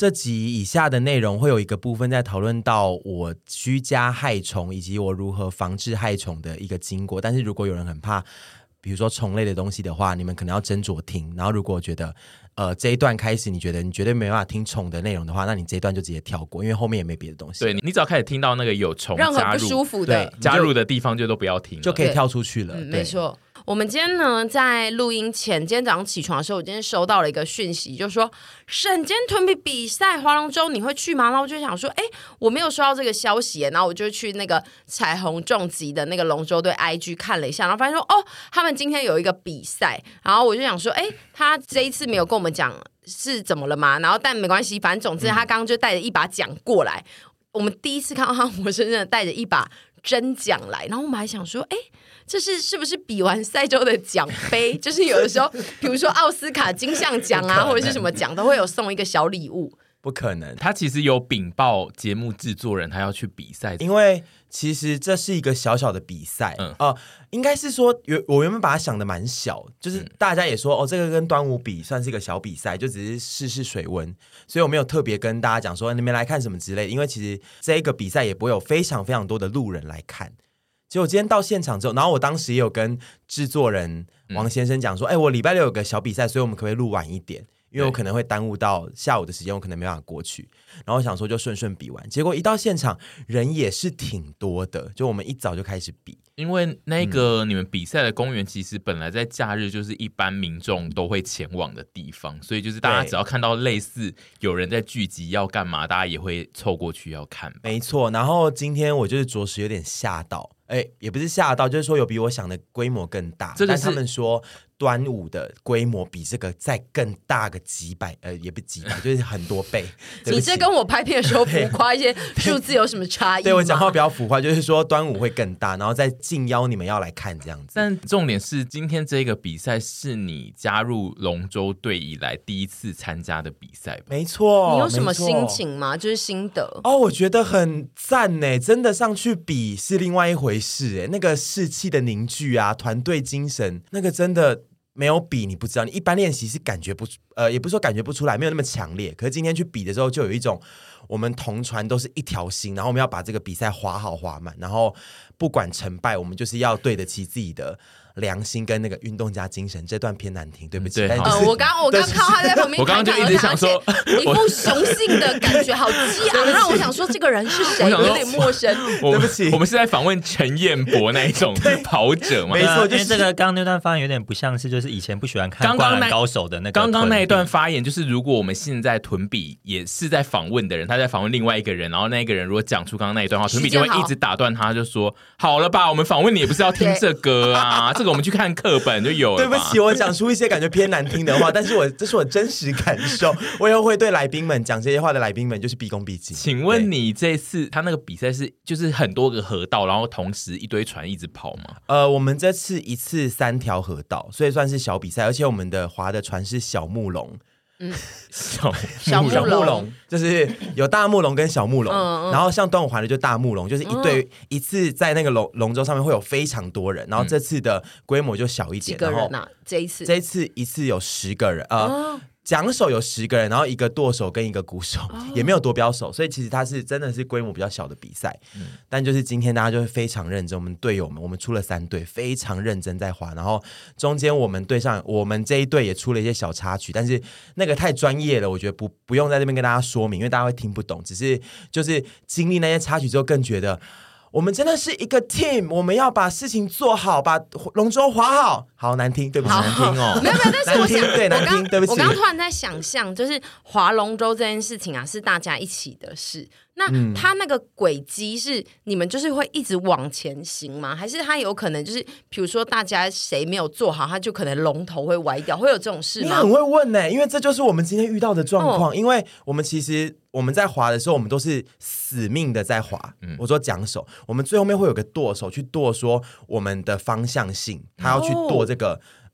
这集以下的内容会有一个部分在讨论到我居家害虫以及我如何防治害虫的一个经过，但是如果有人很怕比如说虫类的东西的话，你们可能要斟酌听，然后如果觉得这一段开始你觉得你绝对没办法听虫的内容的话，那你这一段就直接跳过，因为后面也没别的东西。 对，你只要开始听到那个有虫任何不舒服的加入的地方就都不要听了， 就可以跳出去了。 没错。我们今天呢，在录音前，今天早上起床的时候，我今天收到了一个讯息，就是说省今天屯比比赛划龙舟你会去吗？然后我就想说，我没有收到这个消息，然后我就去那个彩虹重击的那个龙舟队 IG 看了一下，然后发现说，他们今天有一个比赛，然后我就想说，他这一次没有跟我们讲是怎么了吗？然后但没关系，反正总之他刚刚就带着一把桨过来，我们第一次看到他活生生的带着一把真奖来，然后我们还想说，这是不是比完赛之后的奖杯？就是有的时候，比如说奥斯卡金像奖啊，或者是什么奖，都会有送一个小礼物。 不可能， 他其实有禀报节目制作人，他要去比赛， 因为其实这是一个小小的比赛，应该是说我原本把它想的蛮小，就是大家也说这个跟端午比算是一个小比赛，就只是试试水温，所以我没有特别跟大家讲说你们来看什么之类的，因为其实这一个比赛也不会有非常非常多的路人来看。结果今天到现场之后，然后我当时也有跟制作人王先生讲说，我礼拜六有个小比赛，所以我们可不可以录晚一点？因为我可能会耽误到下午的时间，我可能没办法过去。然后我想说就顺顺比完，结果一到现场人也是挺多的，就我们一早就开始比。 因为那个你们比赛的公园其实本来在假日就是一般民众都会前往的地方，所以就是大家只要看到类似有人在聚集要干嘛，大家也会凑过去要看。 没错，然后今天我就是着实有点吓到，也不是吓到，就是说有比我想的规模更大。但他们说端午的规模比这个再更大个几百，也不几百，就是很多倍。 你这跟我拍片的时候浮夸一些数字有什么差异吗？ 对，我讲话比较浮夸，就是说端午会更大，然后再竞邀你们要来看这样子。 但重点是今天这个比赛是你加入龙舟队以来第一次参加的比赛吧？ 没错。 你有什么心情吗？就是心得。 我觉得很赞耶，真的上去比是另外一回事耶，那个士气的凝聚啊，团队精神，那个真的没有比你不知道，你一般练习是感觉不也不是说感觉不出来，没有那么强烈，可是今天去比的时候就有一种我们同船都是一条心，然后我们要把这个比赛划好划满，然后不管成败我们就是要对得起自己的良心跟那个运动家精神。这段偏难听，对不起。 我刚看到他在旁边， 我刚刚就一直想说一副雄性的感觉好激昂，让我想说这个人是谁，有点陌生。 对不起，我们是在访问陈彦博那一种跑者吗？ 没错，因为这个刚刚那段发言有点不像是就是以前不喜欢看灌篮高手的那个。 刚刚那一段发言就是如果我们现在屯比也是在访问的人，他在访问另外一个人，然后那个人如果讲出刚刚那一段话，屯比就会一直打断他，就说好了吧，我们访问你也不是要听这个啊，这个我们去看课本就有了。 对不起，我讲出一些感觉偏难听的话，但是这是我真实感受，我以后会对来宾们讲这些话的来宾们就是毕恭毕敬。 请问你这次他那个比赛是就是很多个河道，然后同时一堆船一直跑吗？ 我们这次一次3条河道，所以算是小比赛，而且我们的划的船是小木龙。 小木龙就是有大木龙跟小木龙，然后像端午划的就大木龙，就是一次在那个龙舟上面会有非常多人，然后这次的规模就小一点。 几个人啊？这一次一次有10个人，桨手有10个人，然后一个舵手跟一个鼓手，也没有夺标手，所以其实它是真的是规模比较小的比赛。但就是今天大家就会非常认真，我们队友们，我们出了3队，非常认真在划，然后中间我们队上我们这一队也出了一些小插曲，但是那个太专业了，我觉得不用在这边跟大家说明，因为大家会听不懂。只是就是经历那些插曲之后，更觉得我们真的是一个 team， 我们要把事情做好，把龙舟划好。好难听，对不起，难听哦。 没有，但是我想， 对，难听，对不起。 我刚突然在想象，就是划龙舟这件事情啊，是大家一起的事。那它那个轨迹是你们就是会一直往前行吗？还是它有可能就是比如说大家谁没有做好，它就可能龙头会歪掉，会有这种事吗？ 你很会问耶，因为这就是我们今天遇到的状况。因为我们其实我们在划的时候，我们都是死命的在划。我说桨手，我们最后面会有个舵手去舵说我们的方向性，他要去舵这个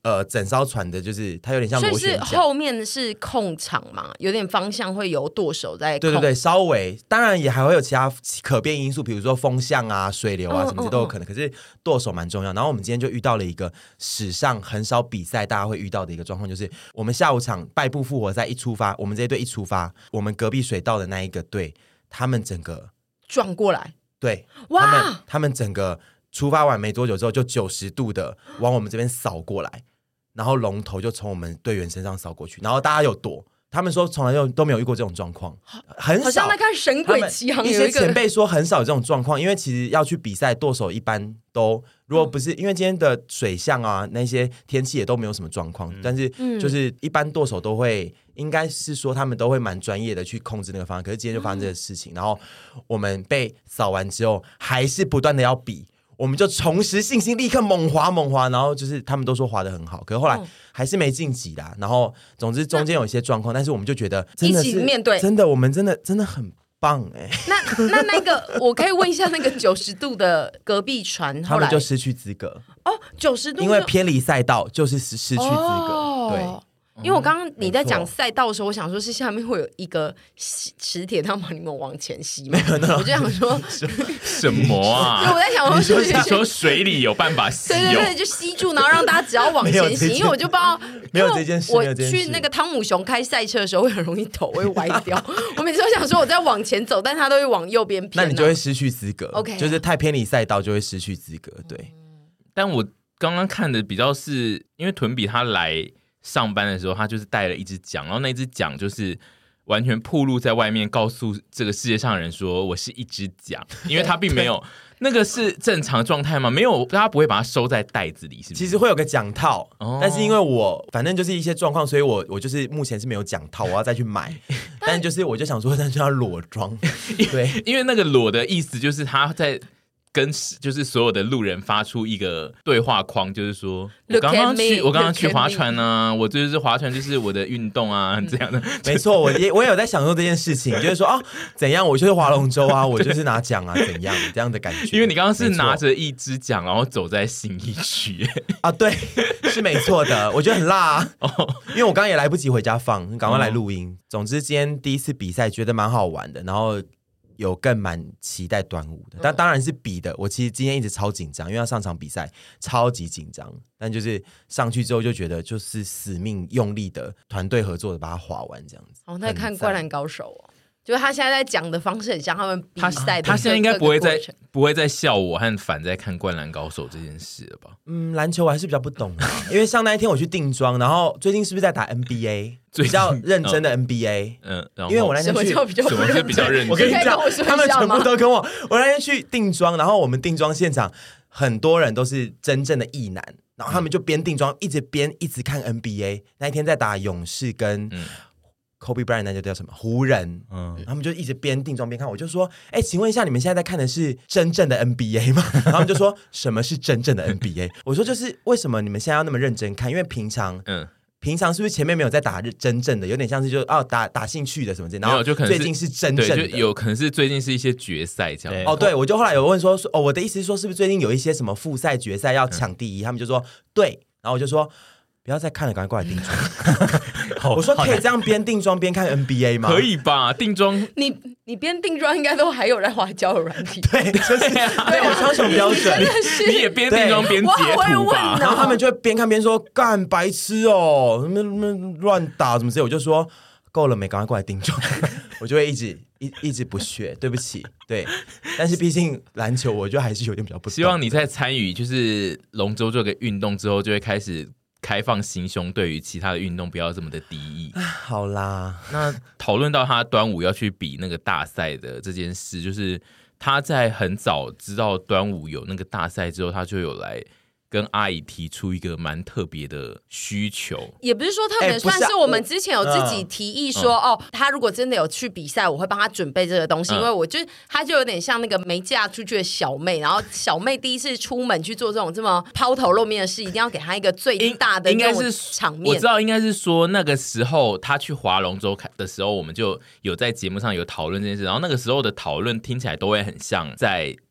整艘船的，就是它有点像螺旋桨， 所以是后面是控场嘛，有点方向会由舵手在控。 对对对，稍微当然也还会有其他可变因素，比如说风向啊、水流啊什么都有可能。可是舵手蛮重要。然后我们今天就遇到了一个史上很少比赛大家会遇到的一个状况，就是我们下午场败部复活赛一出发，我们这一队一出发，我们隔壁水道的那一个队，他们整个撞过来， 对， 哇， 他们整个出发完没多久之后，就90度的往我们这边扫过来。然后龙头就从我们队员身上扫过去，然后大家有躲。他们说从来都没有遇过这种状况，很少。 好像在看《神鬼奇航》， 一些前辈说很少有这种状况，因为其实要去比赛，舵手一般都如果不是因为今天的水象啊那些天气也都没有什么状况，但是就是一般舵手都会，应该是说他们都会蛮专业的去控制那个方向。可是今天就发生这个事情，然后我们被扫完之后，还是不断的要比。我们就重拾信心，立刻猛滑，然后就是他们都说滑得很好，可是后来还是没晋级啦。然后总之中间有一些状况，但是我们就觉得真的是一起面对， 真的我们真的很棒哎。 那个，我可以问一下，那个90度的隔壁船， 他们就失去资格哦，90度， 因为偏离赛道就是失去资格，对。 因为我刚刚你在讲赛道的时候，我想说是下面会有一个磁铁，它把你们往前吸嘛，我就想说什么啊？ 对，我在想说你说水里有办法吸， 对，就吸住，然后让大家只要往前吸，因为我就不知道没有这件事。 我去那个汤姆熊开赛车的时候，会很容易头会歪掉。我每次都想说我在往前走，但他都会往右边偏， 那你就会失去资格。 OK， 就是太偏离赛道就会失去资格。对， 但我刚刚看的比较是因为屯比他来上班的时候，他就是带了一支桨，然后那支桨就是完全暴露在外面，告诉这个世界上的人说我是一支桨，因为他并没有那个是正常状态吗？没有，他不会把它收在袋子里，是不是？ 其实会有个桨套，但是因为我反正就是一些状况，所以我就是目前是没有桨套，我要再去买。但就是我就想说，那就要裸装，对， 因为那个裸的意思就是他在。跟就是所有的路人发出一个对话框，就是说我刚刚去划船啊，我就是划船就是我的运动啊，这样的。 没错，我也有在享受这件事情，就是说哦，怎样，我就是划龙舟啊，我就是拿桨啊，怎样这样的感觉。 因为你刚刚是拿着一支桨，然后走在信义区啊，对，是没错的，我觉得很辣啊。因为我刚刚也来不及回家放，赶快来录音。总之今天第一次比赛，觉得蛮好玩的，然后。有更蛮期待端午的，但当然是比的。我其实今天一直超紧张，因为要上场比赛，超级紧张。但就是上去之后就觉得，就是死命用力的团队合作的把它划完这样子。 哦，在看《灌篮高手》哦，就是他现在在讲的方式很像他们比赛的。 他现在应该不会再笑我和反在看《灌篮高手》这件事了吧？ 篮球我还是比较不懂啊，因为像那一天我去定妆，然后最近是不是在打 NBA？比较认真的 NBA，因为我那天去什么是比较认真？ 我跟你讲，他们全部都跟我那天去定妆，然后我们定妆现场很多人都是真正的异男，然后他们就边定妆一直看 NBA。那一天在打勇士跟Kobe Bryant 那就叫什么湖人，他们就一直边定妆边看。我就说，请问一下，你们现在在看的是真正的 NBA 吗？然后他们就说什么是真正的 NBA？ 我说就是为什么你们现在要那么认真看？因为平常是不是前面没有在打真正的，有点像是就打兴趣的什么之类，然后最近是真正的， 就有可能是最近是一些决赛这样。 对，我就后来有问说，我的意思是说，是不是最近有一些什么复赛决赛要抢第一？他们就说对，然后我就说不要再看了，赶快过来定妆。我说可以这样边定妆边看 NBA 吗？ 可以吧？定妆你边定妆应该都还有在滑交友软体， 对，就是对我双重标准， 你也边定妆边截图吧。 然后他们就会边看边说干白痴哦，乱打什么之类，我就说够了没，赶快过来定妆。我就会一直不屑，对不起，对。但是毕竟篮球，我就还是有点比较不懂。 希望你在参与就是龙舟这个运动之后，就会开始开放心胸，对于其他的运动不要这么的敌意。 好啦， 那讨论到他端午要去比那个大赛的这件事，就是他在很早知道端午有那个大赛之后，他就有来跟阿姨提出一个蛮特别的需求， 也不是说特别，算是我们之前有自己提议说，他如果真的有去比赛，我会帮他准备这个东西，因为我就他就有点像那个没嫁出去的小妹，然后小妹第一次出门去做这种这么抛头露面的事，一定要给他一个最大的那种场面。 我知道应该是说那个时候他去划龙舟的时候，我们就有在节目上有讨论这件事，然后那个时候的讨论听起来都会很像在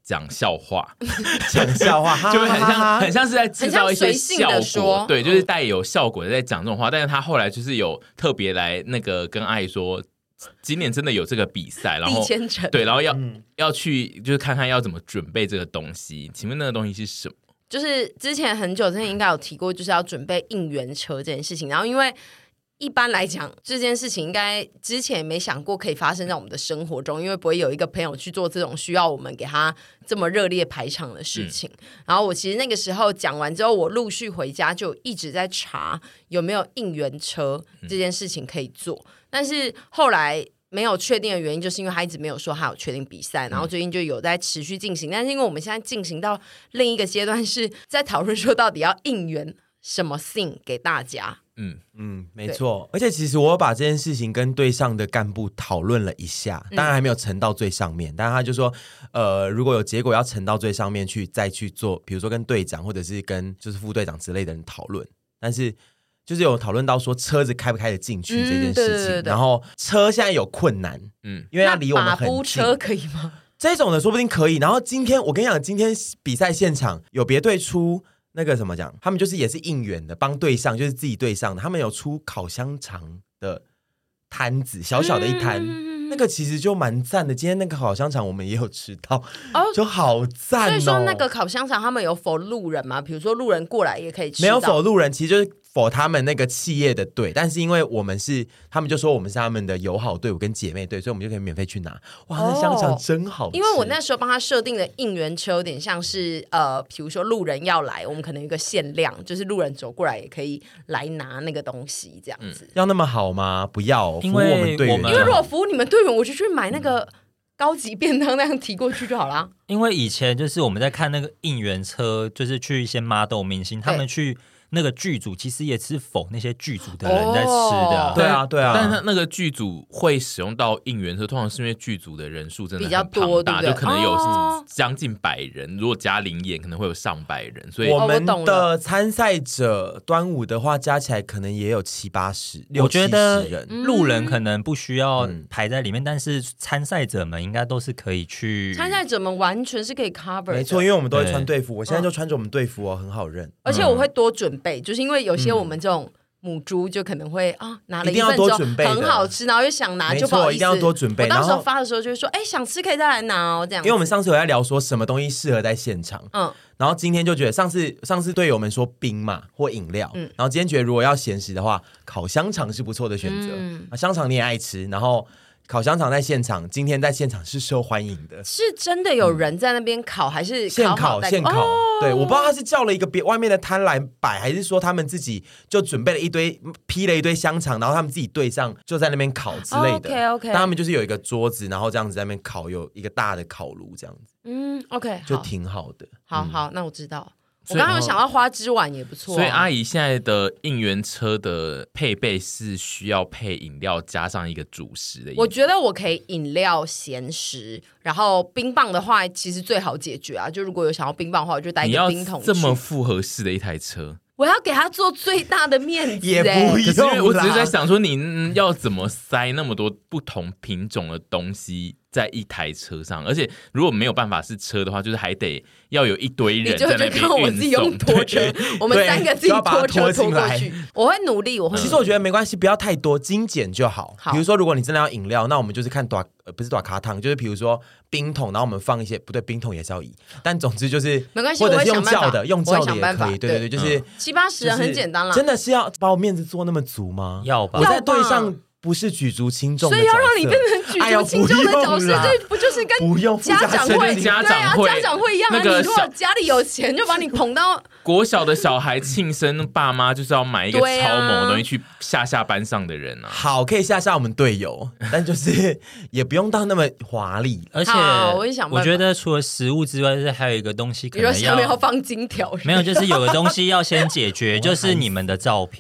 讲笑话， 讲笑话就会很像是在制造一些效果，对，就是带有效果的在讲这种话。但是他后来就是有特别来那个跟阿姨说，今年真的有这个比赛，然后对，然后要去就是看看要怎么准备这个东西。请问那个东西是什么？ 就是之前很久之前应该有提过，就是要准备应援车这件事情。然后因为一般来讲，这件事情应该之前也没想过可以发生在我们的生活中，因为不会有一个朋友去做这种需要我们给他这么热烈排场的事情。然后我其实那个时候讲完之后，我陆续回家就一直在查有没有应援车这件事情可以做，但是后来没有确定的原因，就是因为他一直没有说他有确定比赛，然后最近就有在持续进行。但是因为我们现在进行到另一个阶段，是在讨论说到底要应援什么 thing 给大家。 没错。而且其实我有把这件事情跟队上的干部讨论了一下，当然还没有呈到最上面，但他就说如果有结果要呈到最上面去再去做，比如说跟队长或者是跟就是副队长之类的人讨论，但是就是有讨论到说车子开不开得进去这件事情，然后车现在有困难，因为要离我们很近。马布车可以吗？ 这种的说不定可以。然后今天我跟你讲，今天比赛现场有别队出那个什么讲，他们就是也是应援的，帮队上就是自己队上的，他们有出烤香肠的摊子，小小的一摊。那个其实就蛮赞的，今天那个烤香肠我们也有吃到，就好赞哦。 所以说那个烤香肠他们有否路人吗？比如说路人过来也可以吃到？ 没有否路人，其实就是否他们那个企业的队，但是因为我们是他们就说我们是他们的友好队伍跟姐妹队，所以我们就可以免费去拿。哇，那香肠真好吃。 因为我那时候帮他设定的应援车有点像是比如说路人要来，我们可能有一个限量，就是路人走过来也可以来拿那个东西这样子。 要那么好吗？不要，服务我们队员。 因为如果服务你们队员，我就去买那个高级便当那样提过去就好啦。 因为以前就是我们在看那个应援车，就是去一些 model 明星，他们去那个剧组其实也是否那些剧组的人在吃的。 对啊对啊。 但是那个剧组会使用到应援车，通常是因为剧组的人数真的比较多， 大，就可能有将近100人，如果加零演可能会有上百人。所以我们的参赛者端午的话加起来可能也有70-80人。 我觉得路人可能不需要排在里面，但是参赛者们应该都是可以去。 参赛者们完全是可以 cover 的。 没错，因为我们都会穿队服，我现在就穿着我们队服哦，很好认。 而且我会多准备，就是因为有些我们这种母猪就可能会拿了一份之后很好吃，然后又想拿，就不好意思， 一定要多准备。 我到时候发的时候就会说，想吃可以再来拿哦，这样。 因为我们上次有在聊说什么东西适合在现场，然后今天就觉得上次队友们说冰嘛或饮料，然后今天觉得如果要咸食的话，烤香肠是不错的选择。香肠你也爱吃，然后烤香肠在现场，今天在现场是受欢迎的。 是真的有人在那边烤，还是现烤？对，我不知道他是叫了一个外面的摊来摆，还是说他们自己就准备了一堆批了一堆香肠，然后他们自己对上就在那边烤之类的。 OK， 但他们就是有一个桌子，然后这样子在那边烤，有一个大的烤炉这样子。 OK， 就挺好的。 好，那我知道。我刚刚有想到花枝丸也不错。 所以阿姨现在的应援车的配备是需要配饮料加上一个主食的。 我觉得我可以饮料、咸食，然后冰棒的话其实最好解决啊。就如果有想要冰棒的话，我就带一个冰桶去。 这么复合式的一台车， 我要给他做最大的面子。 也不用啦， 我只是在想说你要怎么塞那么多不同品种的东西在一台车上，而且如果没有办法是车的话，就是还得要有一堆人在那边运送。 我自己用拖车，我们3个自己拖车拖过去。我会努力， 其实我觉得没关系，不要太多，精简就好。比如说，如果你真的要饮料，那我们就是看不是短卡汤，就是比如说冰桶，然后我们放一些，不对，冰桶也是要移，但总之就是没关系， 或者是用叫的也可以。对，就是 70-80人很简单啦。 真的是要把我面子做那么足吗？ 要吧， 我在队上不是举足轻重的角色， 所以要让你变成举足轻重的角色，这不就是跟家长会家长会一样啊？你如果家里有钱，就把你捧到国小的小孩庆生，爸妈就是要买一个超猛的东西去吓班上的人啊。 好，可以吓我们队友，但就是也不用到那么华丽。 而且我觉得除了食物之外，就是还有一个东西可能要放金条， 没有，就是有个东西要先解决，就是你们的照片。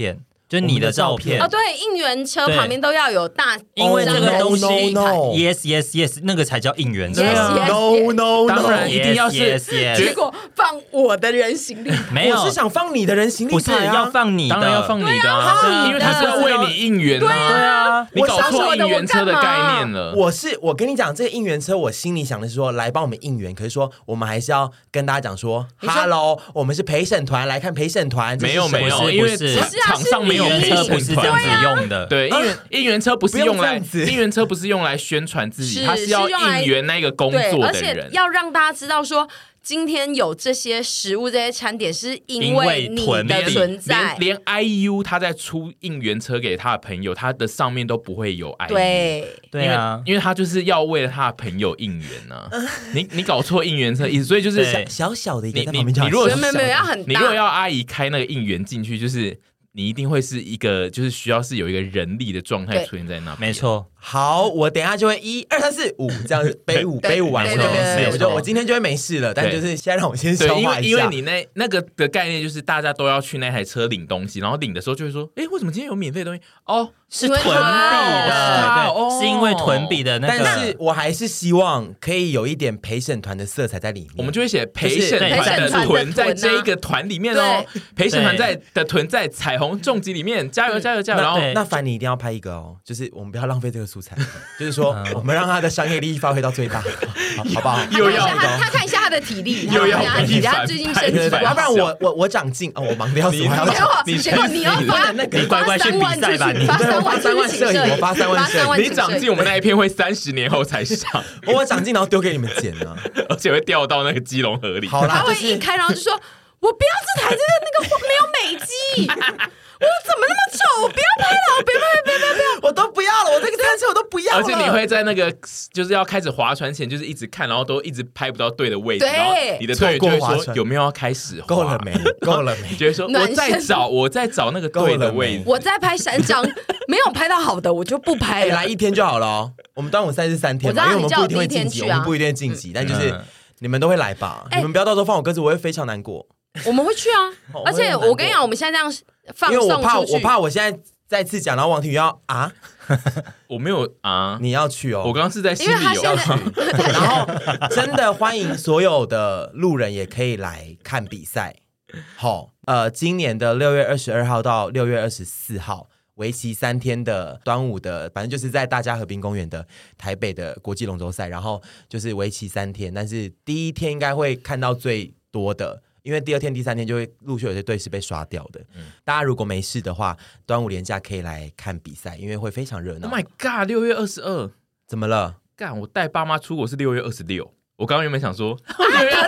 就你的照片哦，对，应援车旁边都要有大， 因为这个东西 ，yes yes yes， 那个才叫应援车。 ，no no， 当然一定要是， 结果放我的人形立牌， 没有， 我是想放你的人形立牌， 不是要放你的， 当然要放你的啊，因为他是要为你应援啊。 对啊， 你搞错应援车的概念了。 我跟你讲，这个应援车，我心里想的是说来帮我们应援，可是说我们还是要跟大家讲说 ，Hello， 我们是陪审团来看陪审团， 没有，因为场上没有应援车不是这样子用的。 对，应援车不是用来宣传自己，它是要应援那个工作的人， 而且要让大家知道说。今天有这些食物、这些餐点，是因为你的存在。 连 IU 他在出应援车给他的朋友，他的上面都不会有 IU。 对啊， 因为他就是要为了他的朋友应援啊。你搞错应援车意思，所以就是小小的一个。 你如果没有要很大， 你如果要阿姨开那个应援进去，就是你一定会是一个，就是需要是有一个人力的状态出现在那边。 没错。 好，我等一下就会1、2、3、4、5这样背舞完，我就没事，我今天就会没事了。但就是现在让我先消化一下， 因为你那个的概念就是大家都要去那台车领东西，然后领的时候就会说，哎，为什么今天有免费的东西？哦， 是囤币的，对，是因为囤币的那个。 但是我还是希望可以有一点陪审团的色彩在里面， 我们就会写陪审团的屯在这一个团里面哦，陪审团的屯在彩虹重击里面，加油加油加油！然后那凡你一定要拍一个哦，就是我们不要浪费这个素材，就是说我们让他的商业利益发挥到最大，好不好？ 又要他看一下他的体力， 又要他最近身体， 要不然我长进哦，我忙得要死， 结果你要发那个，你乖乖去比赛吧，你我发3万摄影，我发3万摄影， 你长进，我们那一篇会30年后才上， 我长进然后丢给你们剪啊， 而且会掉到那个基隆河里。 好啦， 他会一开，然后就说：“我不要这台那个没有美肌。”我怎么那么丑？我不要拍了，我不要， 我都不要了，我这个单车我都不要了。 而且你会在那个就是要开始划船前，就是一直看，然后都一直拍不到对的位置，然后你的队员就会说有没有要开始够了没？够了没？ 就会说我在找那个对的位置， 我在拍3张，没有拍到好的我就不拍了。 来1天就好了哦。我们端午赛是3天嘛，因为我们不一定会晋级，我们不一定晋级，但就是你们都会来吧？你们不要到时候放我鸽子，我会非常难过。 我们会去啊，而且我跟你讲，我们现在这样放送出去， 因为我怕我现在再次讲，然后王庭宇要啊， 我没有啊， 你要去哦， 我刚刚是在心里要去，然后真的欢迎所有的路人也可以来看比赛。好，今年的6月22号到6月24号。为期3天的端午的，反正就是在大家和平公园的台北的国际龙舟赛，然后就是为期3天，但是第1天应该会看到最多的，因为第2天、第3天就会陆续有些队是被刷掉的。大家如果没事的话，端午连假可以来看比赛，因为会非常热闹。 Oh my god， 6月22 怎么了？ 干，我带爸妈出国是6月26。我刚刚原本想说6月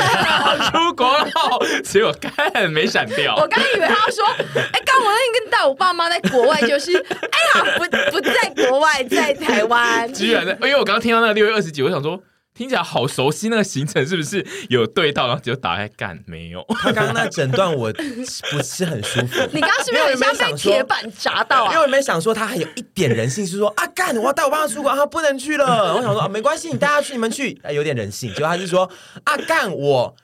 22出国了，结果干没闪掉。 我刚以为他要说，刚我那天带我爸妈在国外，就是不在国外，在台湾。 居然因为我刚刚听到那个6月29，我想说听起来好熟悉，那个行程是不是有对到？然后就打开干没有。 他刚刚那整段我不是很舒服。 你刚刚是不是很像被铁板砸到啊？ 因为我没想说他还有一点人性，是说干我要带我爸妈出国，他不能去了。我想说没关系，你带他去，你们去，有点人性。结果他是说干我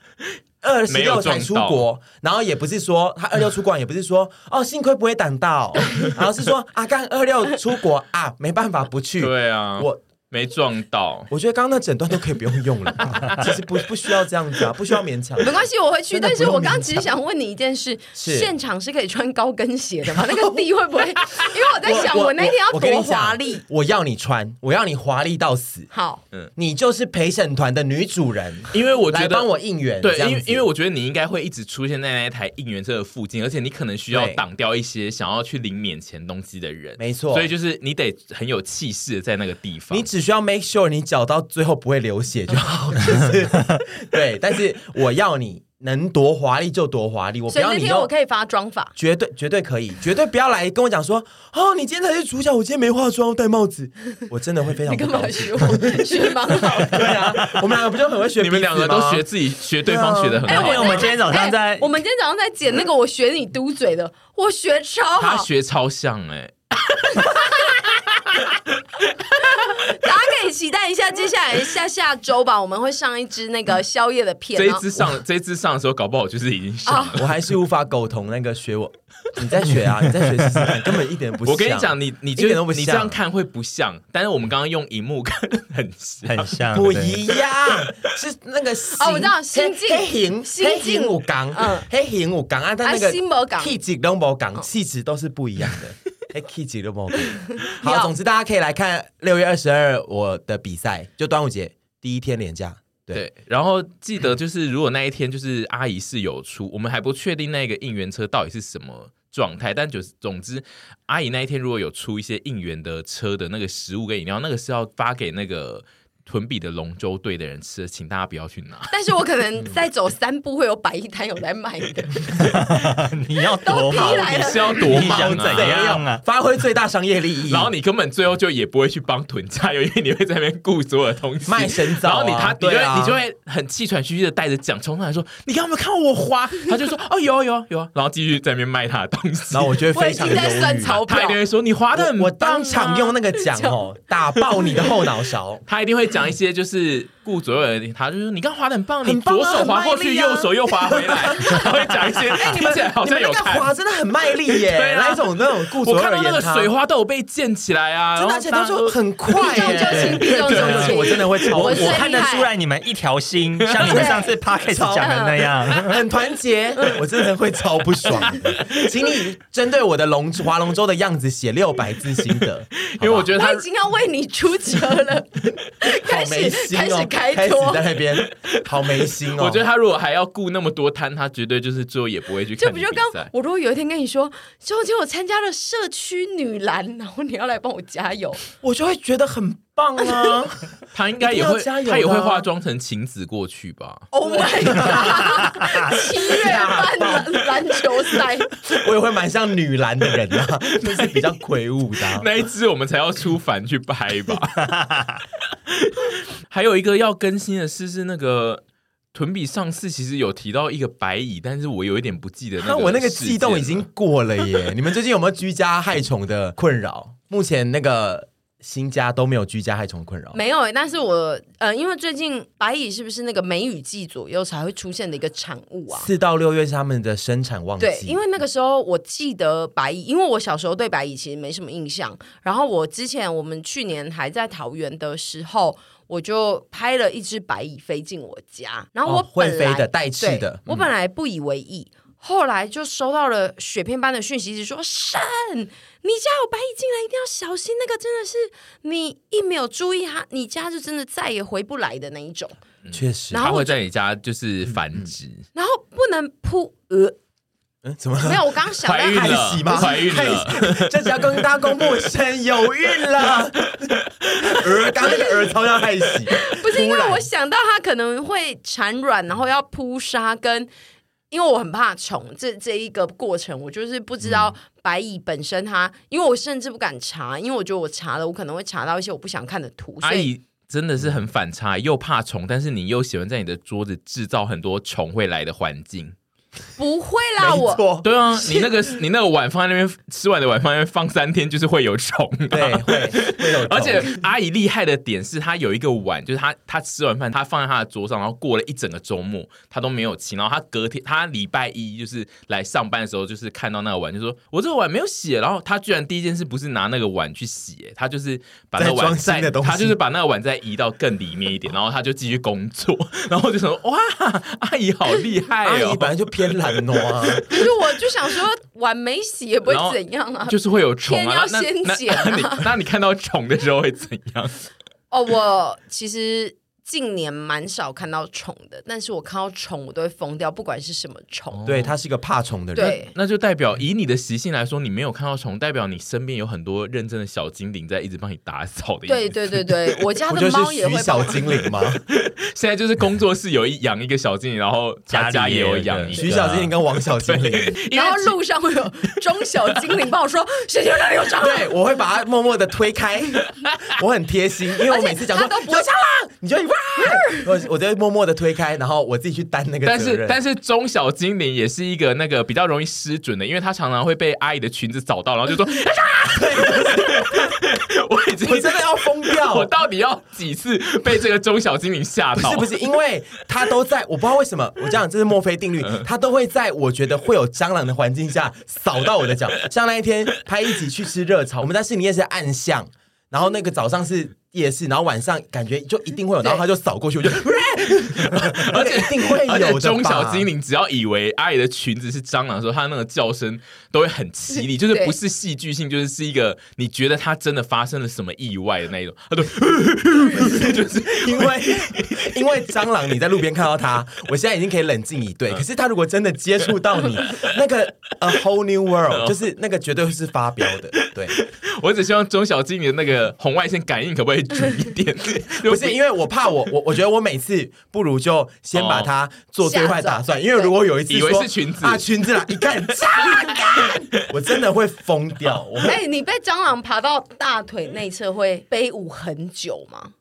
26才出国，然后也不是说他26出国，也不是说幸亏不会挡到，然后是说干26出国没办法不去。 对啊， 我没撞到。 我觉得刚刚那整段都可以不用用了，其实不需要这样子啊，不需要勉强。 没关系，我会去。但是我刚刚其实想问你一件事：现场是可以穿高跟鞋的吗？那个地会不会？因为我在想，我那天要多华丽。 我要你穿，我要你华丽到死。 好， 你就是陪审团的女主人， 因为我觉得来帮我应援。 对，因为我觉得你应该会一直出现在那一台应援车的附近，而且你可能需要挡掉一些想要去领免钱东西的人。 没错， 所以就是你得很有气势的在那个地方。 你只需要 make sure 你脚到最后不会流血就好，就是对。但是我要你能多华丽就多华丽，我不要你。 所以那天我可以发妆法， 绝对可以，绝对不要来跟我讲说你今天才是主角，我今天没化妆戴帽子，我真的会非常不高兴。 学蛮好的， 对啊，我们两个不就很会学？ 你们两个都学自己学对方学的很好。 因为我们今天早上在剪那个我学你嘟嘴的，我学超好， 他学超像大家可以期期待一下接下来下周吧，我们会上一支那个宵夜的片。 这一支上的时候，搞不好就是已经上了。 我还是无法苟同那个学我。你在学啊，你在学试试看，根本一点不像。 我跟你讲，你一点都不像， 你这样看会不像，但是我们刚刚用荧幕看很像， 不一样，是那个我知道心境， 心境有讲，黑形有讲啊，但那个气质都没讲，气质都是不一样的。气质都没讲。好，总之大家可以来看6月22我的比赛，就端午节第一天连假。 对，然后记得就是如果那一天就是阿姨是有出，我们还不确定那个应援车到底是什么状态，但就是总之阿姨那一天如果有出一些应援的车的那个食物跟饮料，那个是要发给那个屯比的龙舟队的人吃的，请大家不要去拿。 但是我可能再走3步会有百亿摊有在卖的。 你要多忙， 你是要多忙怎样啊？ 发挥最大商业利益， 然后你根本最后就也不会去帮屯加油，因为你会在那边顾所有的东西卖神枣、 然后你就会很气喘吁吁的带着奖冲上来说：“你刚刚有没有看到我滑？”他就说：“哦，有啊。”然后继续在那边卖他的东西。 然后我觉得非常犹豫， 他一定会说：“你滑的很棒啊。” 我当场用那个奖打爆你的后脑勺。 他一定会讲一些就是顾左右的人，他就说：“你刚滑的很棒，你左手滑过去，右手又滑回来。”他会讲一些听起来好像有看， 滑真的很卖力耶，那种顾左右而言， 我看到那个水花都有被溅起来啊， 真的，而且都说很快耶，我真的会超， 我看得出来你们一条心，像你们上次 podcast 讲的那样， 很团结，我真的会超不爽。请你针对我的划龙舟的样子写600字心得， 因为我觉得他已经要为你出车了， 好没心哦， 开始在那边好没心哦。 我觉得他如果还要顾那么多摊，他绝对就是最后也不会去看比赛。 就刚我如果有一天跟你说，周天我参加了社区女篮，然后你要来帮我加油， 我就会觉得很棒啊。 他应该也会，他也会化妆成晴子过去吧 ？Oh my god！ 7月半篮球赛， 我也会蛮像女篮的人啊，就是比较魁梧的。 那一支我们才要出帆去拍吧。还有一个要更新的是那个。屯比上次其实有提到一个白蚁，但是我有一点不记得那我那个悸动已经过了耶。你们最近有没有居家害虫的困扰？目前那个新家都没有居家害虫困扰， 没有但是我因为最近白蚁是不是那个梅雨季左右才会出现的一个产物啊？4 到6月是他们的生产旺季。 对，因为那个时候我记得白蚁，因为我小时候对白蚁其实没什么印象。然后我们去年还在桃园的时候。我就拍了一只白蚁飞进我家，然后我会飞的带刺的， 我本来不以为意，后来就收到了雪片般的讯息，是说沈，你家有白蚁进来，一定要小心，那个真的是你一没有注意它，你家就真的再也回不来的那一种。 确实， 它会在你家就是繁殖， 然后不能扑怎么了？ 没有，我刚想到害喜吗？怀孕了， 这只要跟大家公布沈有孕了。刚那个超像害喜， 不是因为我想到它可能会产卵，然后要扑杀，跟因为我很怕虫，这一个过程，我就是不知道白蚁本身它，因为我甚至不敢查，因为我觉得我查了，我可能会查到一些我不想看的图，所以。 真的是很反差，又怕虫，但是你又喜欢在你的桌子制造很多虫会来的环境。 不会啦，我对啊，你那个碗放在那边，吃完的碗放在那边放3天，就是会有虫、啊。 对，会有虫。 而且阿姨厉害的点是，她有一个碗，就是她吃完饭，她放在她的桌上，然后过了一整个周末，她都没有清。然后她隔天，她礼拜一就是来上班的时候，就是看到那个碗，就说：“我这个碗没有洗。”然后她居然第一件事不是拿那个碗去洗，她就是把那个碗她就是把那个碗再移到更里面一点，然后她就继续工作。然后我就说：“哇，阿姨好厉害哦！” 阿姨本来就偏懒啊。 可是我就想说，碗没洗也不会怎样啊， 就是会有虫啊。 天要先剪啊。 那你看到虫的时候会怎样？ 我其实近年蛮少看到虫的，但是我看到虫我都会疯掉，不管是什么虫。 对，他是一个怕虫的人。 对， 那就代表以你的习性来说，你没有看到虫，代表你身边有很多认真的小精灵在一直帮你打扫的意思。 对，我家的猫也会小精灵吗？ 现在就是工作室有养一个小精灵，然后家也有养一个徐小精灵跟王小精灵， 然后路上会有中小精灵帮我说小精灵哪里有蟑螂， 对，我会把它默默的推开，我很贴心，因为我每次讲说有蟑螂，你就哇我就默默的推开，然后我自己去担那个责任。 但是中小精灵也是一个那个比较容易失准的，因为他常常会被阿姨的裙子找到，然后就说我真的要疯掉！ 我到底要几次被这个中小精灵吓到？ 不是，因为他都在，我不知道为什么，我这样这是墨菲定律，他都会在我觉得会有蟑螂的环境下扫到我的脚。像那一天拍一集去吃热炒，我们在士林夜市暗巷，然后那个早上是夜市，然后晚上感觉就一定会有，然后他就扫过去，我就而且一定会有的吧。 而且中小精灵只要以为阿姨的裙子是蟑螂的时候，他那个叫声都会很凄厉，就是不是戏剧性，就是一个你觉得他真的发生了什么意外的那种。他都就是因为蟑螂，你在路边看到它，我现在已经可以冷静以对。可是他如果真的接触到你，那个 a whole new world， 就是那个绝对是发飙的。对， 我只希望中小精灵的那个红外线感应可不可以准一点？ 不是因为我怕我觉得我每次不如就先把它做最坏打算，因为如果有一次以为是裙子裙子啦，一看我真的会疯掉。 你被蟑螂爬到大腿内侧会背舞很久吗？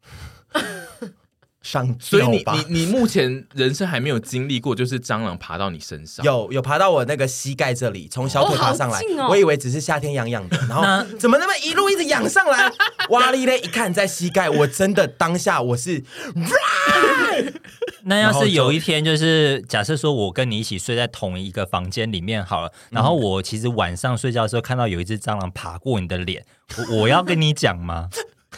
所以你目前人生还没有经历过，就是蟑螂爬到你身上， 有爬到我那个膝盖这里，从小腿爬上来，我以为只是夏天痒痒的，然后怎么那么一路一直痒上来，哇哩嘞！一看在膝盖，我真的当下我是， 那要是有一天就是假设说我跟你一起睡在同一个房间里面好了，然后我其实晚上睡觉的时候看到有一只蟑螂爬过你的脸，我要跟你讲吗？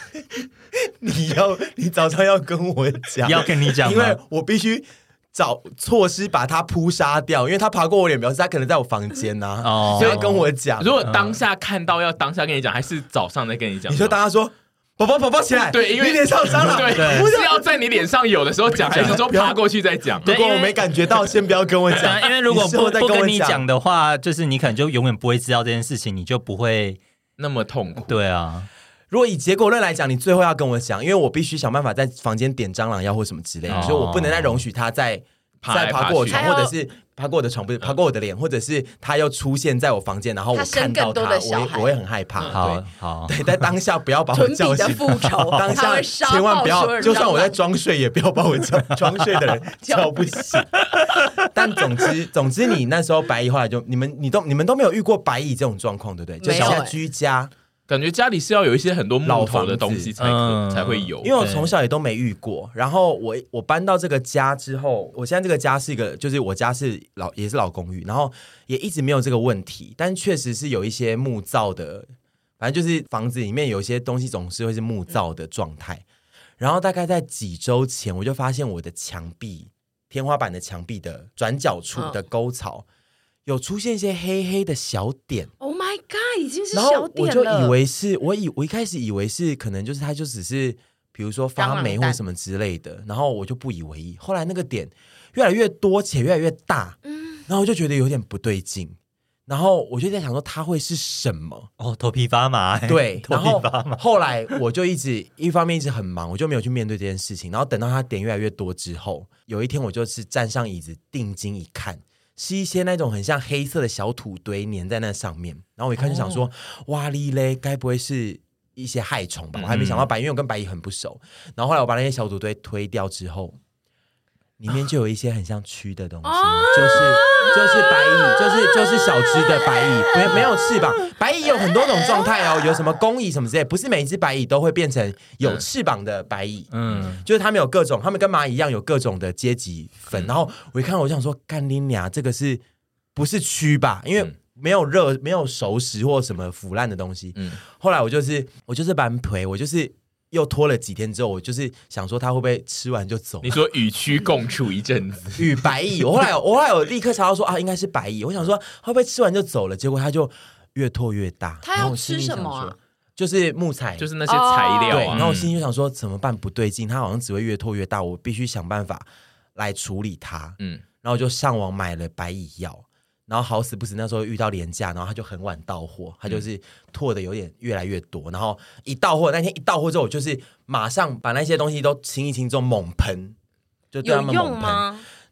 你早上要跟我讲， 要跟你讲吗？ 因为我必须找措施把它扑杀掉，因为他爬过我脸，表示他可能在我房间呐、啊，所以要跟我讲。 如果当下看到要当下跟你讲，还是早上再跟你讲？ 你就当他说宝宝起来， 对，因为你脸上有蟑螂， 对，不是要在你脸上有的时候讲，还是说爬过去再讲？ 如果我没感觉到，先不要跟我讲， 因为如果不跟你讲的话，就是你可能就永远不会知道这件事情，你就不会那么痛苦。 对啊。 如果以结果论来讲，你最后要跟我讲，因为我必须想办法在房间点蟑螂药或什么之类的，所以我不能再容许他再爬过我床，或者是爬过我的床，不是爬过我的脸，或者是他又出现在我房间，然后我看到他，我会很害怕。对，在当下不要把我叫醒，当下千万不要，就算我在装睡，也不要把我叫装睡的人叫不醒。但总之，你那时候白蚁后来就你们都没有遇过白蚁这种状况，对不对？就现在居家。 感觉家里是要有一些很多木头的东西才会有， 因为我从小也都没遇过。然后我搬到这个家之后，我现在这个家是一个，就是我家也是老公寓，然后也一直没有这个问题，但确实是有一些木造的，反正就是房子里面有一些东西总是会是木造的状态。然后大概在几周前，我就发现我的天花板的墙壁的转角处的沟槽。有出现一些黑黑的小点 ，Oh my god， 已经是小点了。 我就以为是我一开始以为是可能就是它就只是比如说发霉或什么之类的，然后我就不以为意。后来那个点越来越多且越来越大，然后我就觉得有点不对劲，然后我就在想说它会是什么？ 头皮发麻。 对，然后后来我就一方面一直很忙，我就没有去面对这件事情。然后等到它点越来越多之后，有一天我就是站上椅子定睛一看。是一些那种很像黑色的小土堆粘在那上面，然后我一看就想说，哇哩嘞，该不会是一些害虫吧？我还没想到白蚁，因为我跟白蚁很不熟。然后后来我把那些小土堆推掉之后，里面就有一些很像蛆的东西，就是白蚁，就是小只的白蚁，没有翅膀。白蚁有很多种状态哦，有什么工蚁什么之类，不是每一只白蚁都会变成有翅膀的白蚁。就是他们有各种，他们跟蚂蚁一样有各种的阶级分。然后我一看，我想说，干你娘，这个是不是蛆吧？因为没有没有熟食或什么腐烂的东西。后来我就是蛮颓，我就是又拖了几天之后，我就是想说他会不会吃完就走。 你说与蛆共处一阵子， 与白蚁，我后来有立刻查到说啊，应该是白蚁。我想说会不会吃完就走了？结果他就越拖越大。 他要吃什么啊？ 就是木材， 就是那些材料啊。 对，然后我心里就想说怎么办？不对劲，他好像只会越拖越大，我必须想办法来处理它。然后我就上网买了白蚁药。然后好死不死那时候遇到连假，然后他就很晚到货，他就是拓的有点越来越多。然后那天一到货之后，我就是马上把那些东西都清一清之后猛喷，就对他们猛喷。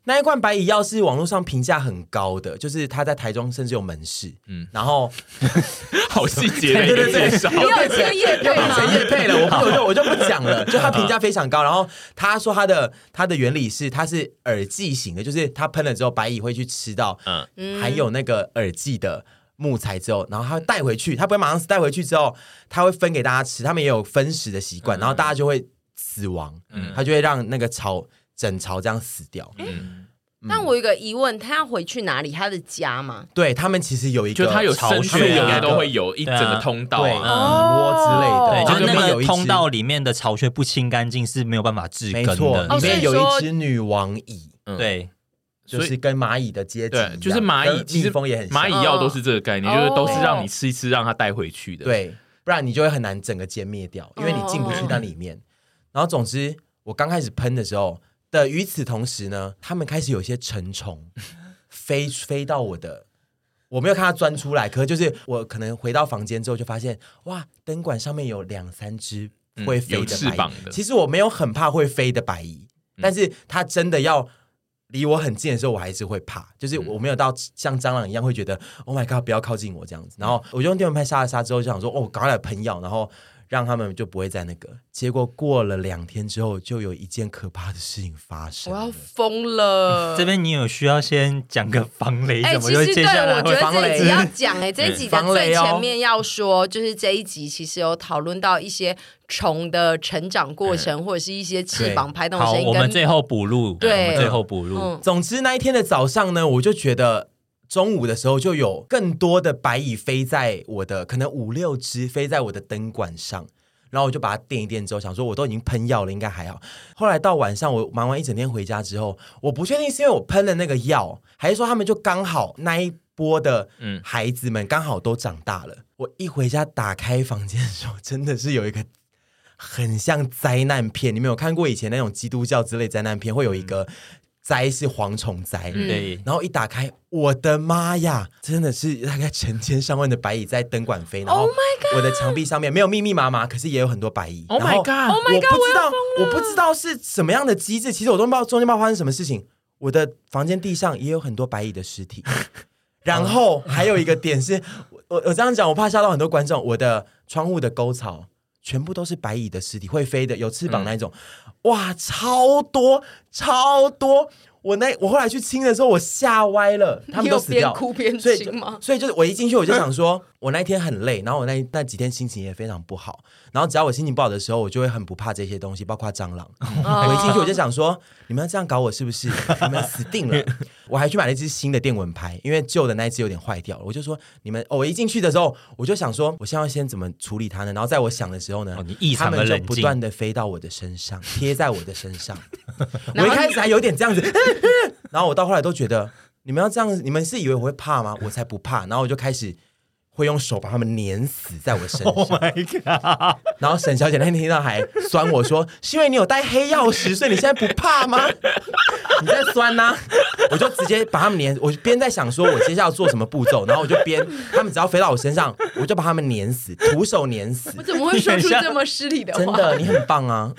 那一罐白蚁药是网络上评价很高的，就是他在台中甚至有门市，然后好细节的一个介绍， 你有接业配吗？ 成业配了，我就不讲了。就他评价非常高，然后他说他的原理是它是耳剂型的，就是他喷了之后白蚁会去吃到含有那个耳剂的木材之后，然后他会带回去，他不会马上带回去之后，他会分给大家吃，他们也有分食的习惯，然后大家就会死亡，他就会让那个整巢这样死掉。 但我有一个疑问，他要回去哪里？他的家吗？ 对，他们其实有一个， 就他有深巢穴，应该都会有一整个通道窝之类的， 对，就是那个有通道里面的巢穴不清干净是没有办法治根的。 没错，里面有一只女王蚁， 对。 就是跟蚂蚁的阶级一样， 对，就是蚁， 蜜蜂也很像， 蚂蚁药都是这个概念，就是都是让你吃一吃，让它带回去的。 对，不然你就会很难整个歼灭掉，因为你进不去那里面。然后总之，我刚开始喷的时候的，与此同时呢，他们开始有些成虫飞到我没有看它钻出来，可是就是我可能回到房间之后就发现，哇，灯管上面有2-3只会飞的有翅膀的。 其实我没有很怕会飞的白蚁，但是它真的要离我很近的时候，我还是会怕，就是我没有到像蟑螂一样会觉得 Oh my god 不要靠近我这样子。然后我就用电蚊拍杀了杀之后，就想说赶快来喷药，然后让他们就不会再那个。结果过了2天之后，就有一件可怕的事情发生。 我要疯了！ 这边你有需要先讲个防雷什么？ 其实接下来我觉得这一集要讲这一集的最前面要说，就是这一集其实有讨论到一些虫的成长过程，或者是一些翅膀拍动的声音。 好，我们最后补录。对，我们最后补录。 总之那一天的早上呢，我就觉得中午的时候就有更多的白蚁飞在我的，可能5-6只飞在我的灯管上。然后我就把它垫一垫之后，想说我都已经喷药了，应该还好。后来到晚上，我忙完一整天回家之后，我不确定是因为我喷了那个药，还是说他们就刚好那一波的孩子们刚好都长大了。我一回家打开房间的时候，真的是有一个很像灾难片。你们有看过以前那种基督教之类灾难片，会有一个灾是蝗虫灾， 对， 然后一打开，我的妈呀，真的是大概成千上万的白蚁在灯管飞，然后我的墙壁上面没有密密麻麻，可是也有很多白蚁。 Oh my god， 我不知道是什么样的机制，其实我都不知道中间发生什么事情。我的房间地上也有很多白蚁的尸体，然后还有一个点是，我这样讲，我怕吓到很多观众，我的窗户的沟槽全部都是白蚁的尸体，会飞的，有翅膀那一种。哇，超多超多！我后来去清的时候，我吓歪了，他们都死掉。 你有边哭边清吗？ 所以就是我一进去我就想说，我那一天很累，然后我那几天心情也非常不好，然后只要我心情不好的时候，我就会很不怕这些东西，包括蟑螂。我一进去我就想说，你们要这样搞我是不是？你们死定了！我还去买了一支新的电蚊拍，因为旧的那一支有点坏掉了。我就说你们，我一进去的时候，我就想说，我现在要先怎么处理它呢？然后在我想的时候呢， 你异常的冷静， 他们就不断的飞到我的身上，贴在我的身上。我一开始还有点这样子，然后我到后来都觉得，你们要这样子，你们是以为我会怕吗？我才不怕。然后我就开始会用手把他们碾死在我身上。 Oh my god！ 然后沈小姐那天听到还酸我说，是因为你有带黑曜石，所以你现在不怕吗？你在酸啊？我就直接把他们碾，我边在想说我接下来要做什么步骤，然后我就边他们只要飞到我身上，我就把他们碾死，徒手碾死。 我怎么会说出这么失礼的话？ 真的，你很棒啊，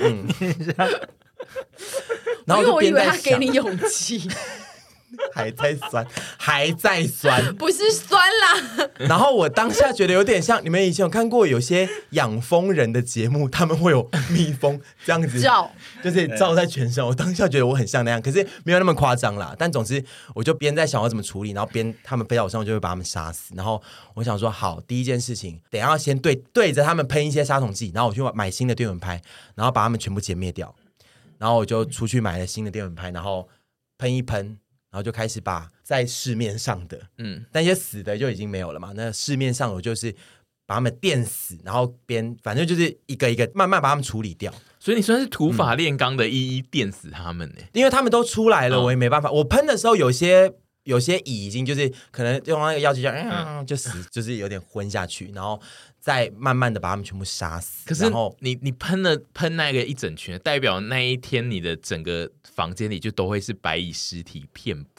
然后我就边在想， 因为我以为他给你勇气。 还在酸， 不是酸啦。 然后我当下觉得有点像你们以前有看过有些养蜂人的节目，他们会有蜜蜂这样子照， 就是照在全身。我当下觉得我很像那样，可是没有那么夸张啦。但总之，我就边在想要怎么处理，然后边他们飞到我身上，我就会把他们杀死。然后我想说，好，第一件事情，等一下要先对着他们喷一些杀虫剂，然后我去买新的电蚊拍，然后把他们全部歼灭掉。然后我就出去买了新的电蚊拍，然后喷一喷。然后就开始把在市面上的，但一些死的就已经没有了嘛。那市面上我就是把他们电死，然后反正就是一个一个慢慢把他们处理掉。 所以你算是土法炼钢的一一电死他们呢？ 因为他们都出来了，我也没办法。我喷的时候有些蚁已经就是可能用那个药剂就死，就是有点昏下去，然后再慢慢的把他们全部杀死。 可是你喷那个一整群，代表那一天你的整个房间里就都会是白蚁尸体遍布。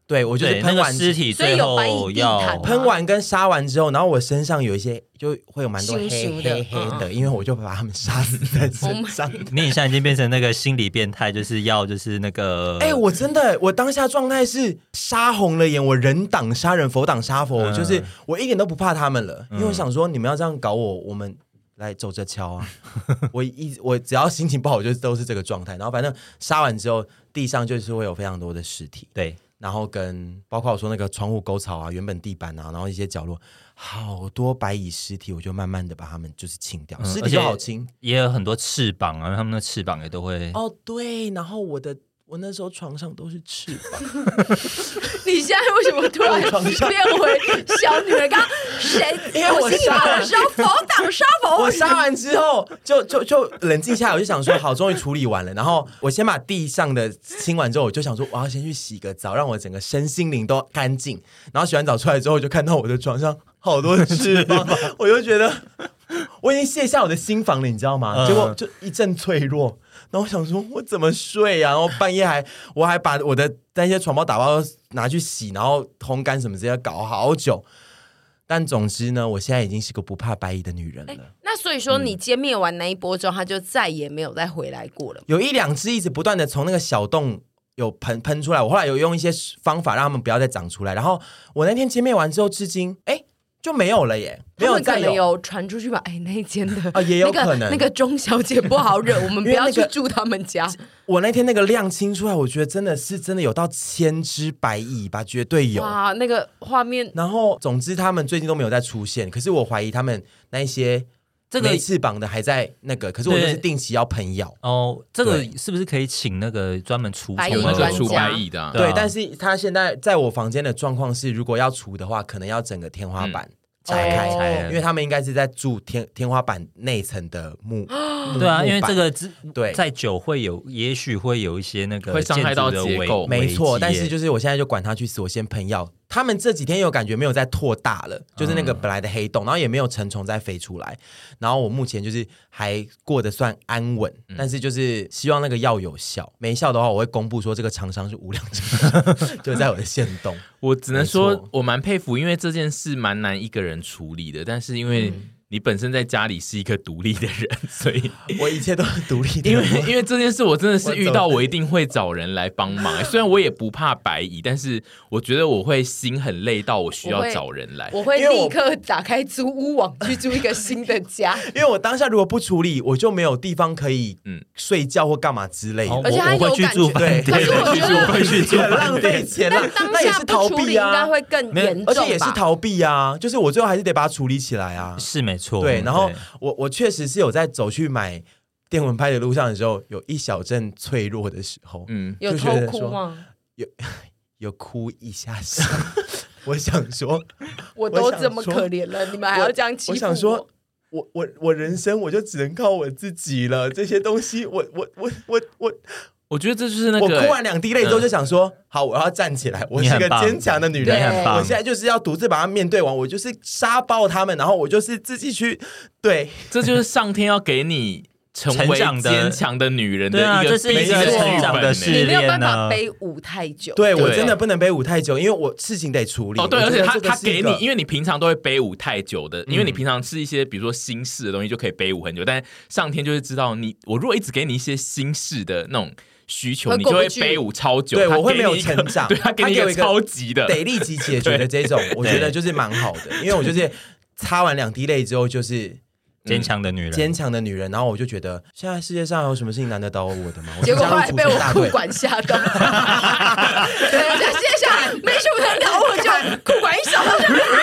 对，我就是喷完那个尸体最后要喷完跟杀完之后，然后我身上有一些就会有蛮多黑咻咻的黑的，因为我就把他们杀死在身上。 你现在已经变成那个心理变态，就是那个我真的我当下状态是杀红了眼，我人挡杀人，佛挡杀佛，就是我一点都不怕他们了，因为我想说你们要这样搞我们来走着瞧啊！我只要心情不好，我就都是这个状态。然后反正杀完之后，地上就是会有非常多的尸体， 对。 然后跟包括我说那个窗户沟槽啊，原本地板啊，然后一些角落，好多白蚁尸体，我就慢慢的把它们就是清掉，尸体就好清， 也有很多翅膀啊，他们的翅膀也都会对，然后我那时候床上都是翅膀。 你现在为什么突然变回小女人？刚刚谁？因为我心里话的时候，佛挡杀佛。 我杀完之后，就冷静下来，我就想说，好，终于处理完了。然后我先把地上的清完之后，我就想说，我要先去洗个澡，让我整个身心灵都干净。然后洗完澡出来之后，就看到我的床上好多翅膀，我就觉得我已经卸下我的心防了，你知道吗？结果就一阵脆弱。然后我想说，我怎么睡啊？然后半夜我还把我的那些床包打包拿去洗，然后烘干什么之类的，搞好久。但总之呢，我现在已经是个不怕白蚁的女人了。 那所以说，你歼灭完那一波之后，他就再也没有再回来过了。 有1-2只一直不断的从那个小洞有喷出来，我后来有用一些方法让他们不要再长出来。然后我那天歼灭完之后，至今就没有了耶，没有再有传出去吧？那一间的也有可能那个钟小姐不好惹，我们不要去住他们家。 我那天那个量清出来，我觉得真的有到1000只白蚁吧，绝对有。 哇，那个画面。 然后总之他们最近都没有再出现，可是我怀疑他们那一些没翅膀的还在那个，可是我就是定期要喷药。 这个是不是可以请那个专门除有那个除白蚁的？ 对，但是他现在在我房间的状况是，如果要除的话，可能要整个天花板拆开，因为他们应该是在住天花板内层的木。 对啊，因为这个再久也许会有一些那个会伤害到结构， 没错。但是就是我现在就管他去死，我先喷药。他们这几天有感觉没有再拓大了，就是那个本来的黑洞，然后也没有成虫再飞出来。然后我目前就是还过得算安稳，但是就是希望那个药有效，没效的话我会公布说这个厂商是无良厂商，就在我的限动。 我只能说我蛮佩服，因为这件事蛮难一个人处理的，但是因为你本身在家里是一个独立的人，所以我一切都是独立的。 因为这件事我真的是遇到我一定会找人来帮忙。虽然我也不怕白蚁，但是我觉得我会心很累到我需要找人来。 我会立刻打开租屋网去租一个新的家。 因为我当下如果不处理，我就没有地方可以睡觉或干嘛之类的。 而且他有感觉， 对， 可是我觉得会去住很浪费钱了。 那也是逃避啊，应该会更严重吧？ 而且也是逃避啊，就是我最后还是得把它处理起来啊。 是没错。 对，然后我确实是有在走去买电蚊拍的路上的时候，有一小阵脆弱的时候， 有偷哭吗？ 有哭一下下。我想说， 我都这么可怜了，你们还要这样欺负我？ 我想说，我人生我就只能靠我自己了，这些东西我觉得这就是那个， 我哭完2滴泪之后就想说，好，我要站起来，我是个坚强的女人，我现在就是要独自把它面对完，我就是杀爆他们，然后我就是自己去，对， 这就是上天要给你成为坚强的女人的一个必经的成长的试炼。 你没有办法背舞太久， 对，我真的不能背舞太久，因为我事情得处理。 对，而且他给你，因为你平常都会背舞太久的，因为你平常是一些比如说心事的东西就可以背舞很久，但上天就是知道我如果一直给你一些心事的那种需求，你就会背舞超久。 对，我会没有成长。 对，他给你一个超级的得立即解决的这种，我觉得就是蛮好的，因为我就是擦完2滴泪之后就是坚强的女人，然后我就觉得现在世界上有什么事情难得倒我的吗？ 结果后来被我裤管吓到。对，接下来没什么人聊，我就裤管一扫，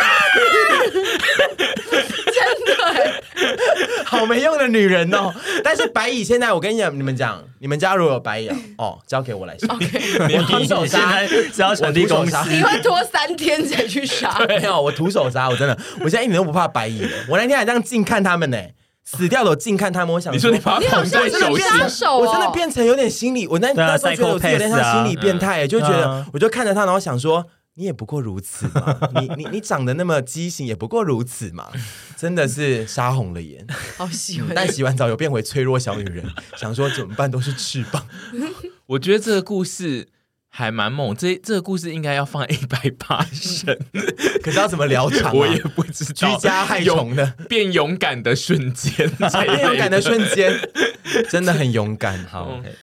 真的好没用的女人哦。但是白蚁现在我跟你们讲，你们家如果有白蚁交给我来杀。 我徒手杀，只要成立公司， 你会拖3天才去杀？ 没有，我徒手杀，我现在一点都不怕白蚁了。我那天还这样近看他们呢，死掉的我近看他们，我想说你把它捧在手心， 我真的变成有点心理，我那时候觉得我自己有点像心理变态，就觉得我就看着他，然后想说。你也不过如此嘛，你长得那么畸形，也不过如此嘛，真的是杀红了眼。 好喜欢， 但洗完澡又变回脆弱小女人，想说怎么办？都是翅膀。 我觉得这个故事还蛮猛，这个故事应该要放180声， 可是要怎么疗场、啊？ 我也不知道。 居家害虫的变勇敢的瞬间， 变勇敢的瞬间，真的很勇敢。 好，